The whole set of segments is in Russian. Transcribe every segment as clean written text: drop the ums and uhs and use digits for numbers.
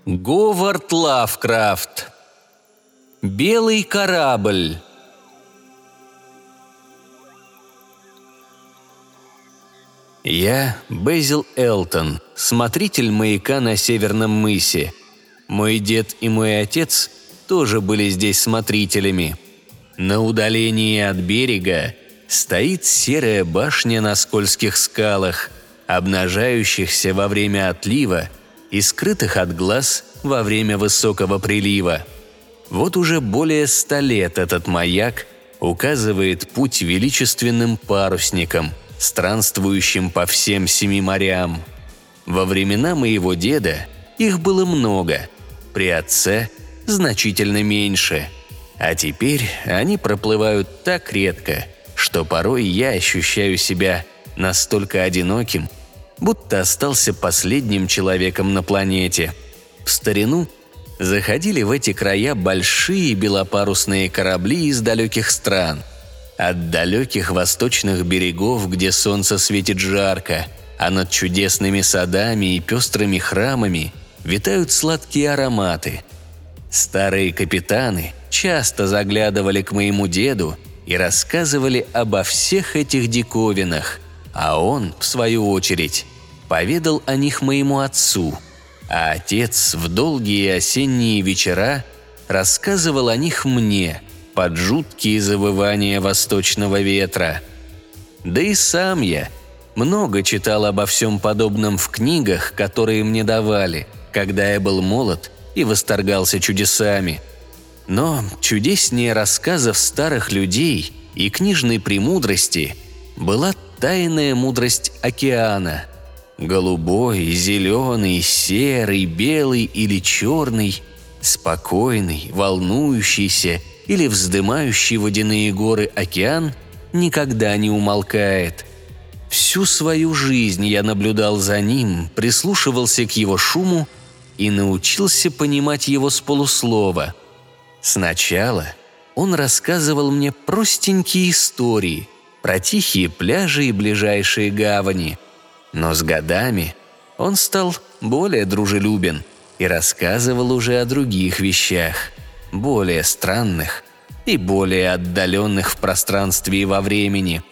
Говард Лавкрафт. Белый корабль. Я Безил Элтон, смотритель маяка на Северном мысе. Мой дед и мой отец тоже были здесь смотрителями. На удалении от берега стоит серая башня на скользких скалах, обнажающихся во время отлива и скрытых от глаз во время высокого прилива. Вот уже более 100 лет этот маяк указывает путь величественным парусникам, странствующим по всем 7 морям. Во времена моего деда их было много, при отце значительно меньше, а теперь они проплывают так редко, что порой я ощущаю себя настолько одиноким, будто остался последним человеком на планете. В старину заходили в эти края большие белопарусные корабли из далеких стран. От далеких восточных берегов, где солнце светит жарко, а над чудесными садами и пестрыми храмами витают сладкие ароматы. Старые капитаны часто заглядывали к моему деду и рассказывали обо всех этих диковинах, а он, в свою очередь, поведал о них моему отцу, а отец в долгие осенние вечера рассказывал о них мне под жуткие завывания восточного ветра. Да и сам я много читал обо всем подобном в книгах, которые мне давали, когда я был молод и восторгался чудесами. Но чудеснее рассказов старых людей и книжной премудрости была тайная мудрость океана. Голубой, зеленый, серый, белый или черный, спокойный, волнующийся или вздымающий водяные горы океан никогда не умолкает. Всю свою жизнь я наблюдал за ним, прислушивался к его шуму и научился понимать его с полуслова. Сначала он рассказывал мне простенькие истории про тихие пляжи и ближайшие гавани, но с годами он стал более дружелюбен и рассказывал уже о других вещах, более странных и более отдаленных в пространстве и во времени.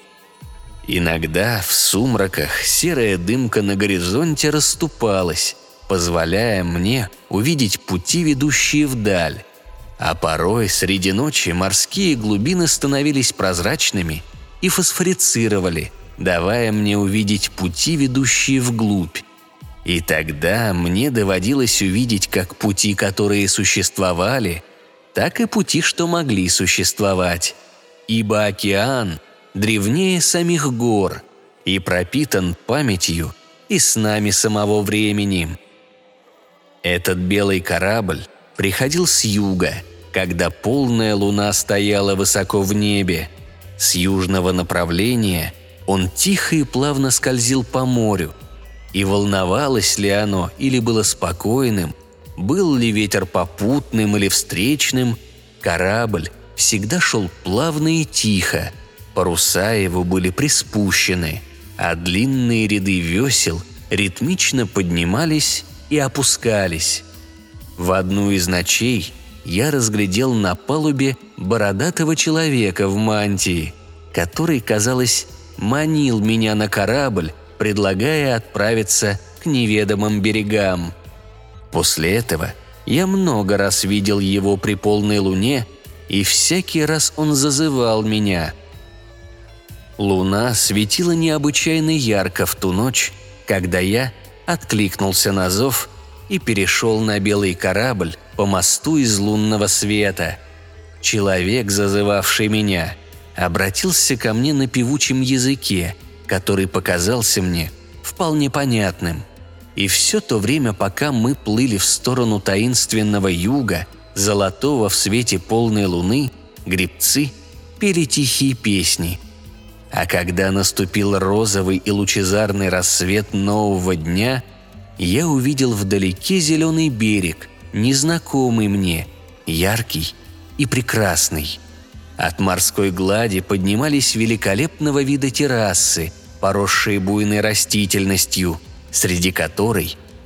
Иногда в сумраках серая дымка на горизонте расступалась, позволяя мне увидеть пути, ведущие вдаль, а порой среди ночи морские глубины становились прозрачными и фосфорицировали, давая мне увидеть пути, ведущие вглубь. И тогда мне доводилось увидеть как пути, которые существовали, так и пути, что могли существовать. Ибо океан древнее самих гор и пропитан памятью и снами самого времени. Этот белый корабль приходил с юга, когда полная луна стояла высоко в небе. С южного направления он тихо и плавно скользил по морю. И волновалось ли оно или было спокойным, был ли ветер попутным или встречным, корабль всегда шел плавно и тихо, паруса его были приспущены, а длинные ряды весел ритмично поднимались и опускались. В одну из ночей я разглядел на палубе бородатого человека в мантии, который, казалось, манил меня на корабль, предлагая отправиться к неведомым берегам. После этого я много раз видел его при полной луне, и всякий раз он зазывал меня. Луна светила необычайно ярко в ту ночь, когда я откликнулся на зов и перешел на белый корабль по мосту из лунного света. Человек, зазывавший меня, обратился ко мне на певучем языке, который показался мне вполне понятным. И все то время, пока мы плыли в сторону таинственного юга, золотого в свете полной луны, гребцы пели тихие песни. А когда наступил розовый и лучезарный рассвет нового дня, я увидел вдалеке зеленый берег, незнакомый мне, яркий и прекрасный. От морской глади поднимались великолепного вида террасы, поросшие буйной растительностью, среди которой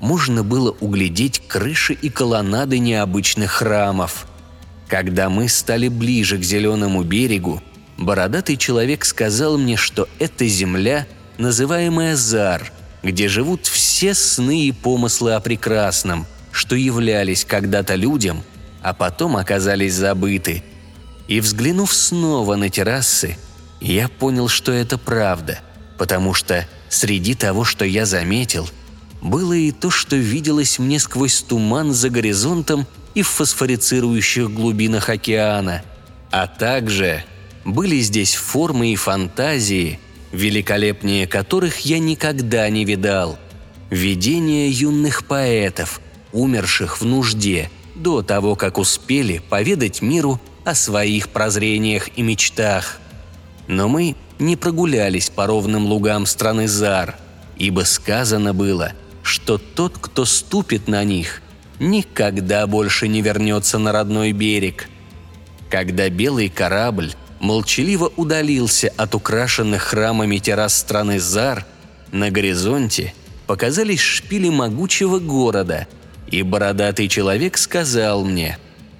можно было углядеть крыши и колоннады необычных храмов. Когда мы стали ближе к зеленому берегу, бородатый человек сказал мне, что это земля, называемая Зар, где живут все сны и помыслы о прекрасном, что являлись когда-то людям, а потом оказались забыты. И взглянув снова на террасы, я понял, что это правда, потому что среди того, что я заметил, было и то, что виделось мне сквозь туман за горизонтом и в фосфорицирующих глубинах океана, а также были здесь формы и фантазии, великолепнее которых я никогда не видал. Видения юных поэтов, умерших в нужде, до того, как успели поведать миру о своих прозрениях и мечтах. Но мы не прогулялись по ровным лугам страны Зар, ибо сказано было, что тот, кто ступит на них, никогда больше не вернется на родной берег. Когда белый корабль молчаливо удалился от украшенных храмами террас страны Зар, на горизонте показались шпили могучего города, и бородатый человек сказал мне: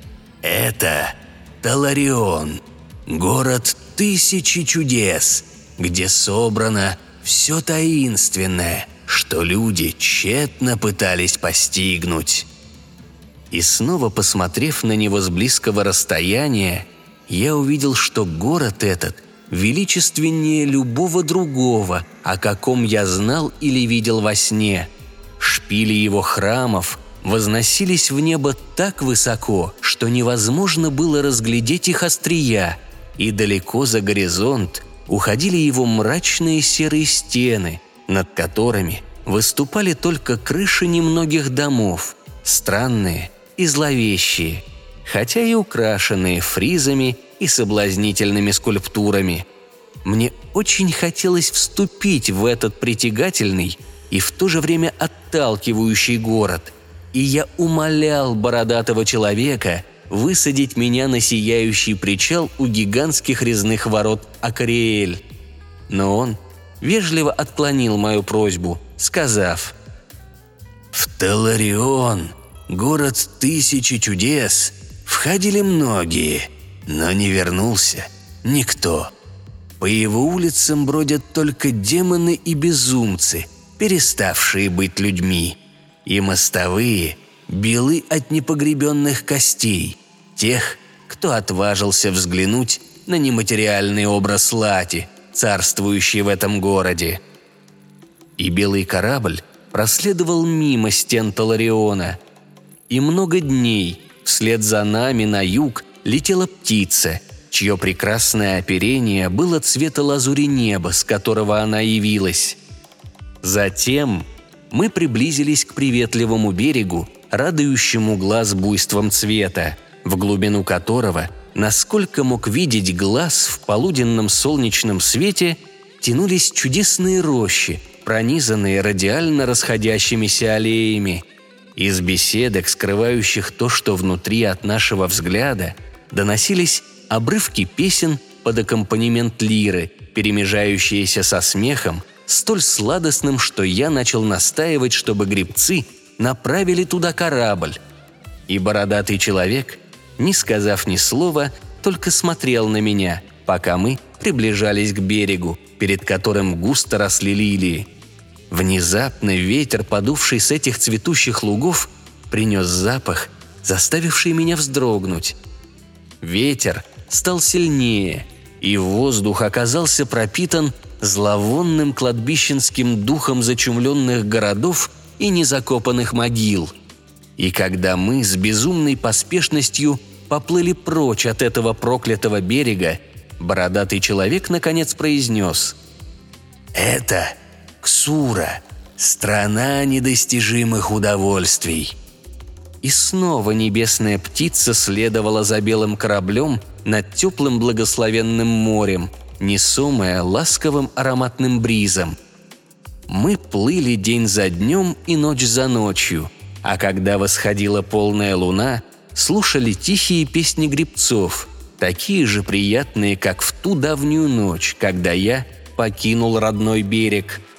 «Это Таларион, город тысячи чудес, где собрано все таинственное, что люди тщетно пытались постигнуть». И снова посмотрев на него с близкого расстояния, я увидел, что город этот величественнее любого другого, о каком я знал или видел во сне. Шпили его храмов возносились в небо так высоко, что невозможно было разглядеть их острия, и далеко за горизонт уходили его мрачные серые стены, над которыми выступали только крыши немногих домов, странные и зловещие, хотя и украшенные фризами и соблазнительными скульптурами. Мне очень хотелось вступить в этот притягательный и в то же время отталкивающий город, и я умолял бородатого человека высадить меня на сияющий причал у гигантских резных ворот Акариэль. Но он вежливо отклонил мою просьбу, сказав: «В Таларион, город тысячи чудес, входили многие, но не вернулся никто. По его улицам бродят только демоны и безумцы, переставшие быть людьми, и мостовые белы от непогребенных костей, тех, кто отважился взглянуть на нематериальный образ Лати, царствующий в этом городе». И белый корабль проследовал мимо стен Талариона, и много дней вслед за нами на юг летела птица, чье прекрасное оперение было цвета лазури неба, с которого она явилась. Затем мы приблизились к приветливому берегу, радующему глаз буйством цвета, в глубину которого, насколько мог видеть глаз в полуденном солнечном свете, тянулись чудесные рощи, пронизанные радиально расходящимися аллеями. Из беседок, скрывающих то, что внутри от нашего взгляда, доносились обрывки песен под аккомпанемент лиры, перемежающиеся со смехом, столь сладостным, что я начал настаивать, чтобы гребцы направили туда корабль. И бородатый человек, не сказав ни слова, только смотрел на меня, пока мы приближались к берегу, перед которым густо росли лилии. Внезапно ветер, подувший с этих цветущих лугов, принес запах, заставивший меня вздрогнуть. Ветер стал сильнее, и воздух оказался пропитан зловонным кладбищенским духом зачумленных городов и незакопанных могил. И когда мы с безумной поспешностью поплыли прочь от этого проклятого берега, бородатый человек наконец произнес: «Это Ксура, страна недостижимых удовольствий». И снова небесная птица следовала за белым кораблем над теплым благословенным морем, несомая ласковым ароматным бризом. Мы плыли день за днем и ночь за ночью, а когда восходила полная луна, слушали тихие песни гребцов, такие же приятные, как в ту давнюю ночь, когда я покинул родной берег.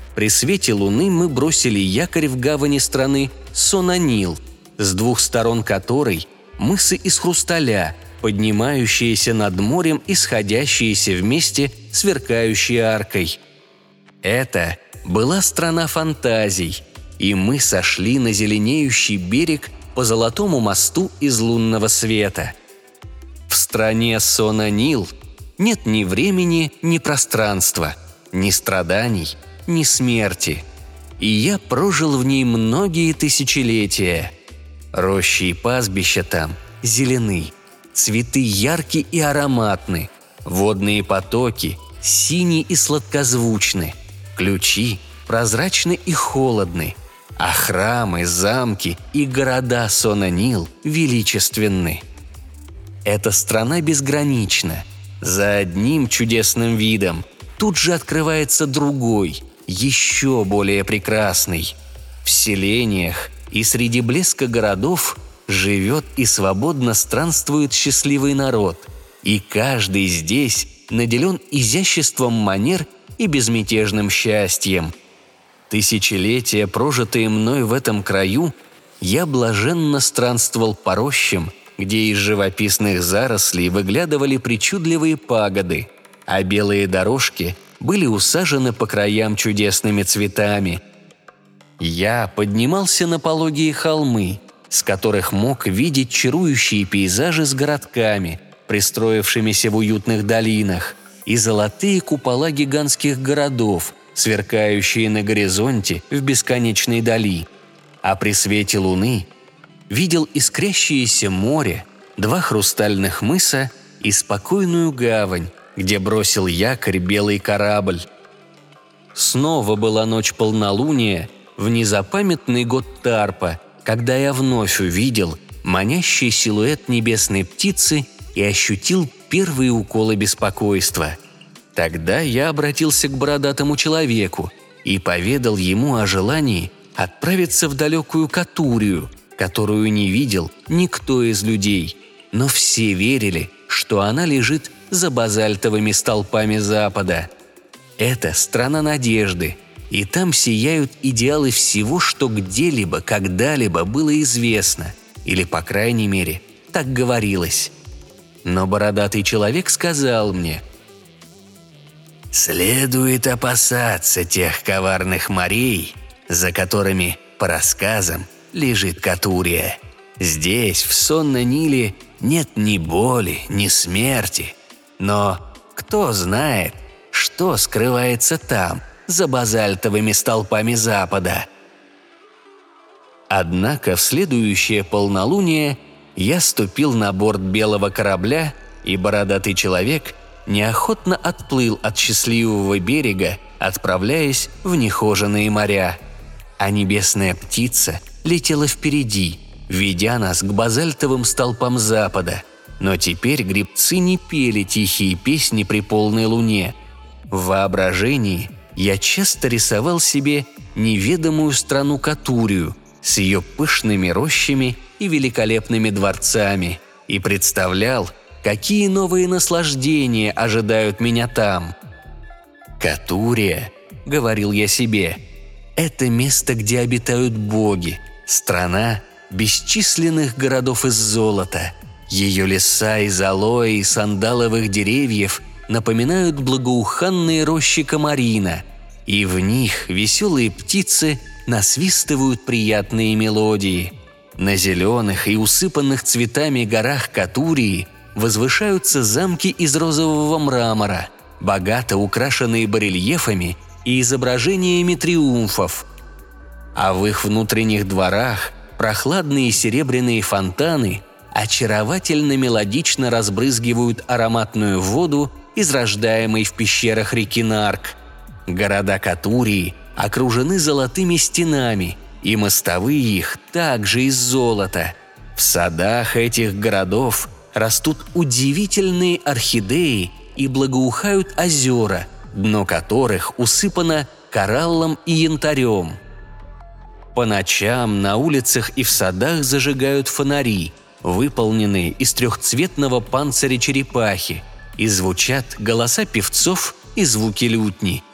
При свете луны мы бросили якорь в гавани страны Сонанил, с двух сторон которой мысы из хрусталя, поднимающиеся над морем и сходящиеся вместе, сверкающей аркой. Это была страна фантазий, и мы сошли на зеленеющий берег по золотому мосту из лунного света. В стране Сонанил нет ни времени, ни пространства, ни страданий, ни смерти. И я прожил в ней многие тысячелетия. Рощи и пастбища там зелены, цветы яркие и ароматны, водные потоки синие и сладкозвучны, ключи прозрачны и холодны, а храмы, замки и города Сонанил величественны. Эта страна безгранична. За одним чудесным видом тут же открывается другой, еще более прекрасный. В селениях и среди блеска городов живет и свободно странствует счастливый народ, и каждый здесь наделен изяществом манер и безмятежным счастьем. Тысячелетия, прожитые мной в этом краю, я блаженно странствовал по рощам, где из живописных зарослей выглядывали причудливые пагоды, а белые дорожки были усажены по краям чудесными цветами. Я поднимался на пологие холмы, с которых мог видеть чарующие пейзажи с городками, пристроившимися в уютных долинах, и золотые купола гигантских городов, сверкающие на горизонте в бесконечной дали. А при свете луны видел искрящееся море, два хрустальных мыса и спокойную гавань, где бросил якорь белый корабль. Снова была ночь полнолуния, в незапамятный год Тарпа, когда я вновь увидел манящий силуэт небесной птицы и ощутил первые уколы беспокойства. Тогда я обратился к бородатому человеку и поведал ему о желании отправиться в далекую Катурию, которую не видел никто из людей, но все верили, что она лежит за базальтовыми столпами Запада. Это страна надежды, и там сияют идеалы всего, что где-либо, когда-либо было известно, или, по крайней мере, так говорилось. Но бородатый человек сказал мне: «Следует опасаться тех коварных морей, за которыми, по рассказам, лежит Катурия. Здесь, в Сонаниле, нет ни боли, ни смерти. Но кто знает, что скрывается там, за базальтовыми столпами Запада?» Однако в следующее полнолуние я ступил на борт белого корабля, и бородатый человек неохотно отплыл от счастливого берега, отправляясь в нехоженые моря. А небесная птица летела впереди, ведя нас к базальтовым столпам Запада. Но теперь гребцы не пели тихие песни при полной луне. В воображении я часто рисовал себе неведомую страну Катурию с ее пышными рощами и великолепными дворцами и представлял, какие новые наслаждения ожидают меня там. «Катурия», — говорил я себе, — «это место, где обитают боги, страна бесчисленных городов из золота. Ее леса из алоэ и сандаловых деревьев напоминают благоуханные рощи Камарина, и в них веселые птицы насвистывают приятные мелодии. На зеленых и усыпанных цветами горах Катурии возвышаются замки из розового мрамора, богато украшенные барельефами и изображениями триумфов. А в их внутренних дворах прохладные серебряные фонтаны очаровательно мелодично разбрызгивают ароматную воду из рождаемой в пещерах реки Нарк. Города Катурии окружены золотыми стенами, и мостовые их также из золота. В садах этих городов растут удивительные орхидеи и благоухают озера, дно которых усыпано кораллом и янтарем. По ночам на улицах и в садах зажигают фонари, выполненные из трехцветного панциря черепахи, и звучат голоса певцов и звуки лютни.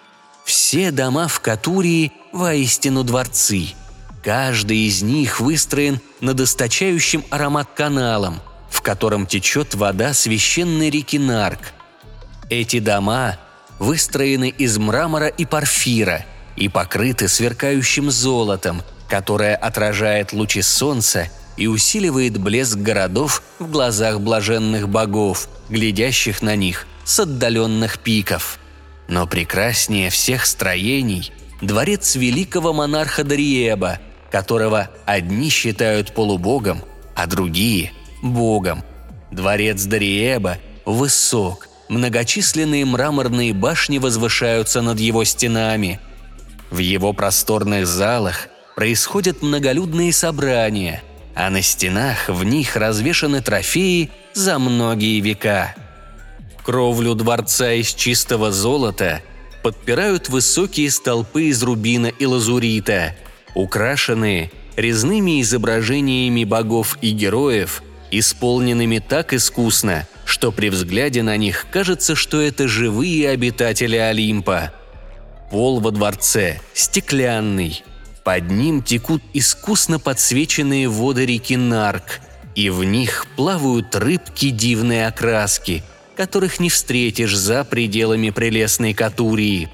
Все дома в Катурии воистину дворцы. Каждый из них выстроен над источающим аромат каналом, в котором течет вода священной реки Нарк. Эти дома выстроены из мрамора и порфира и покрыты сверкающим золотом, которое отражает лучи солнца и усиливает блеск городов в глазах блаженных богов, глядящих на них с отдаленных пиков. Но прекраснее всех строений – дворец великого монарха Дариеба, которого одни считают полубогом, а другие – богом. Дворец Дариеба высок, многочисленные мраморные башни возвышаются над его стенами. В его просторных залах происходят многолюдные собрания, а на стенах в них развешаны трофеи за многие века. Кровлю дворца из чистого золота подпирают высокие столпы из рубина и лазурита, украшенные резными изображениями богов и героев, исполненными так искусно, что при взгляде на них кажется, что это живые обитатели Олимпа. Пол во дворце стеклянный. Под ним текут искусно подсвеченные воды реки Нарк, и в них плавают рыбки дивной окраски, которых не встретишь за пределами прелестной Катурии.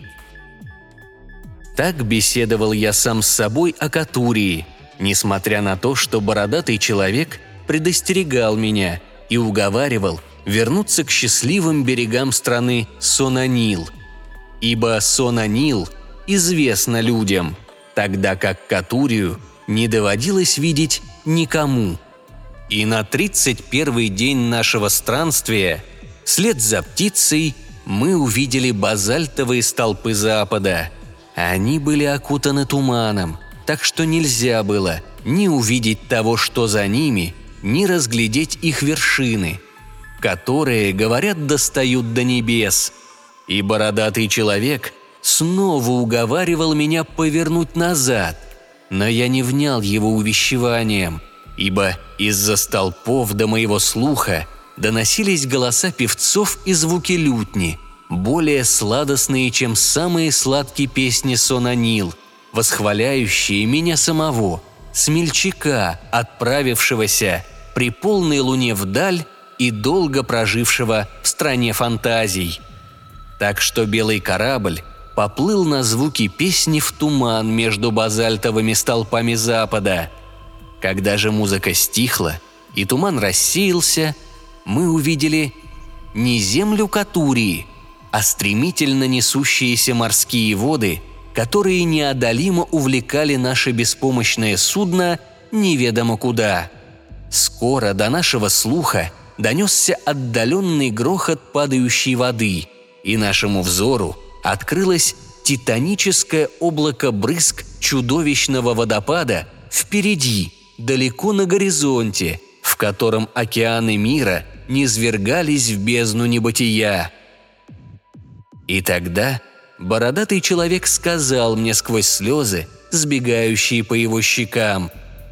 Так беседовал я сам с собой о Катурии, несмотря на то, что бородатый человек предостерегал меня и уговаривал вернуться к счастливым берегам страны Сонанил. Ибо Сонанил известно людям, тогда как Катурию не доводилось видеть никому. И на 31-й день нашего странствия, вслед за птицей, мы увидели базальтовые столпы Запада. Они были окутаны туманом, так что нельзя было ни увидеть того, что за ними, ни разглядеть их вершины, которые, говорят, достают до небес. И бородатый человек снова уговаривал меня повернуть назад, но я не внял его увещеваниям, ибо из-за столпов до моего слуха доносились голоса певцов и звуки лютни, более сладостные, чем самые сладкие песни Сонанил, восхваляющие меня самого, смельчака, отправившегося при полной луне вдаль и долго прожившего в стране фантазий. Так что белый корабль поплыл на звуки песни в туман между базальтовыми столпами Запада. Когда же музыка стихла и туман рассеялся, мы увидели не землю Катурии, а стремительно несущиеся морские воды, которые неодолимо увлекали наше беспомощное судно неведомо куда. Скоро до нашего слуха донесся отдаленный грохот падающей воды, и нашему взору открылось титаническое облако брызг чудовищного водопада впереди, далеко на горизонте, в котором океаны мира низвергались в бездну небытия. И тогда бородатый человек сказал мне сквозь слезы, сбегающие по его щекам: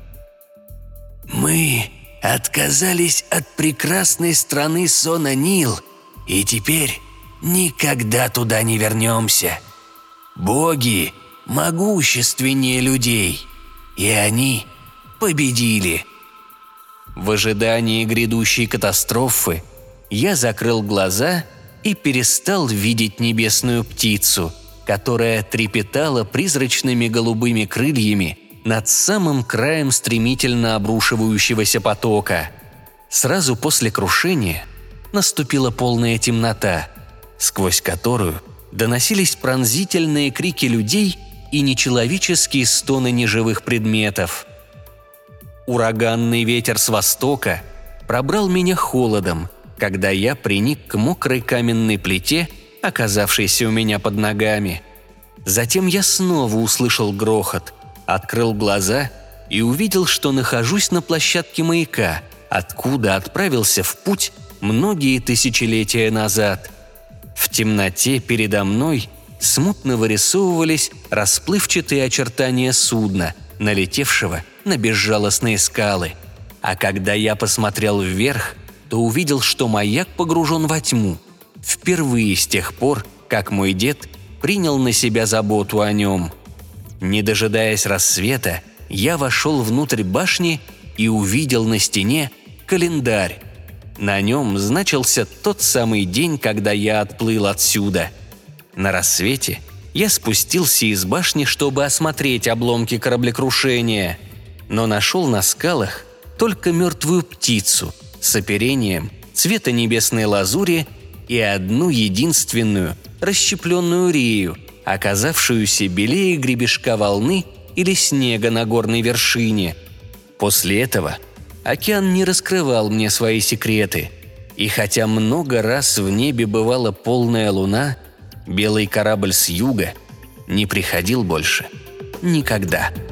«Мы отказались от прекрасной страны Сонанил, и теперь никогда туда не вернемся. Боги могущественнее людей, и они победили». В ожидании грядущей катастрофы я закрыл глаза и перестал видеть небесную птицу, которая трепетала призрачными голубыми крыльями над самым краем стремительно обрушивающегося потока. Сразу после крушения наступила полная темнота, сквозь которую доносились пронзительные крики людей и нечеловеческие стоны неживых предметов. Ураганный ветер с востока пробрал меня холодом, когда я приник к мокрой каменной плите, оказавшейся у меня под ногами. Затем я снова услышал грохот, открыл глаза и увидел, что нахожусь на площадке маяка, откуда отправился в путь многие тысячелетия назад. В темноте передо мной смутно вырисовывались расплывчатые очертания судна, налетевшего на безжалостные скалы. А когда я посмотрел вверх, то увидел, что маяк погружен во тьму. Впервые с тех пор, как мой дед принял на себя заботу о нем. Не дожидаясь рассвета, я вошел внутрь башни и увидел на стене календарь. На нем значился тот самый день, когда я отплыл отсюда. На рассвете я спустился из башни, чтобы осмотреть обломки кораблекрушения, но нашел на скалах только мертвую птицу с оперением цвета небесной лазури и одну единственную расщепленную рею, оказавшуюся белее гребешка волны или снега на горной вершине. После этого океан не раскрывал мне свои секреты, и хотя много раз в небе бывала полная луна, белый корабль с юга не приходил больше никогда.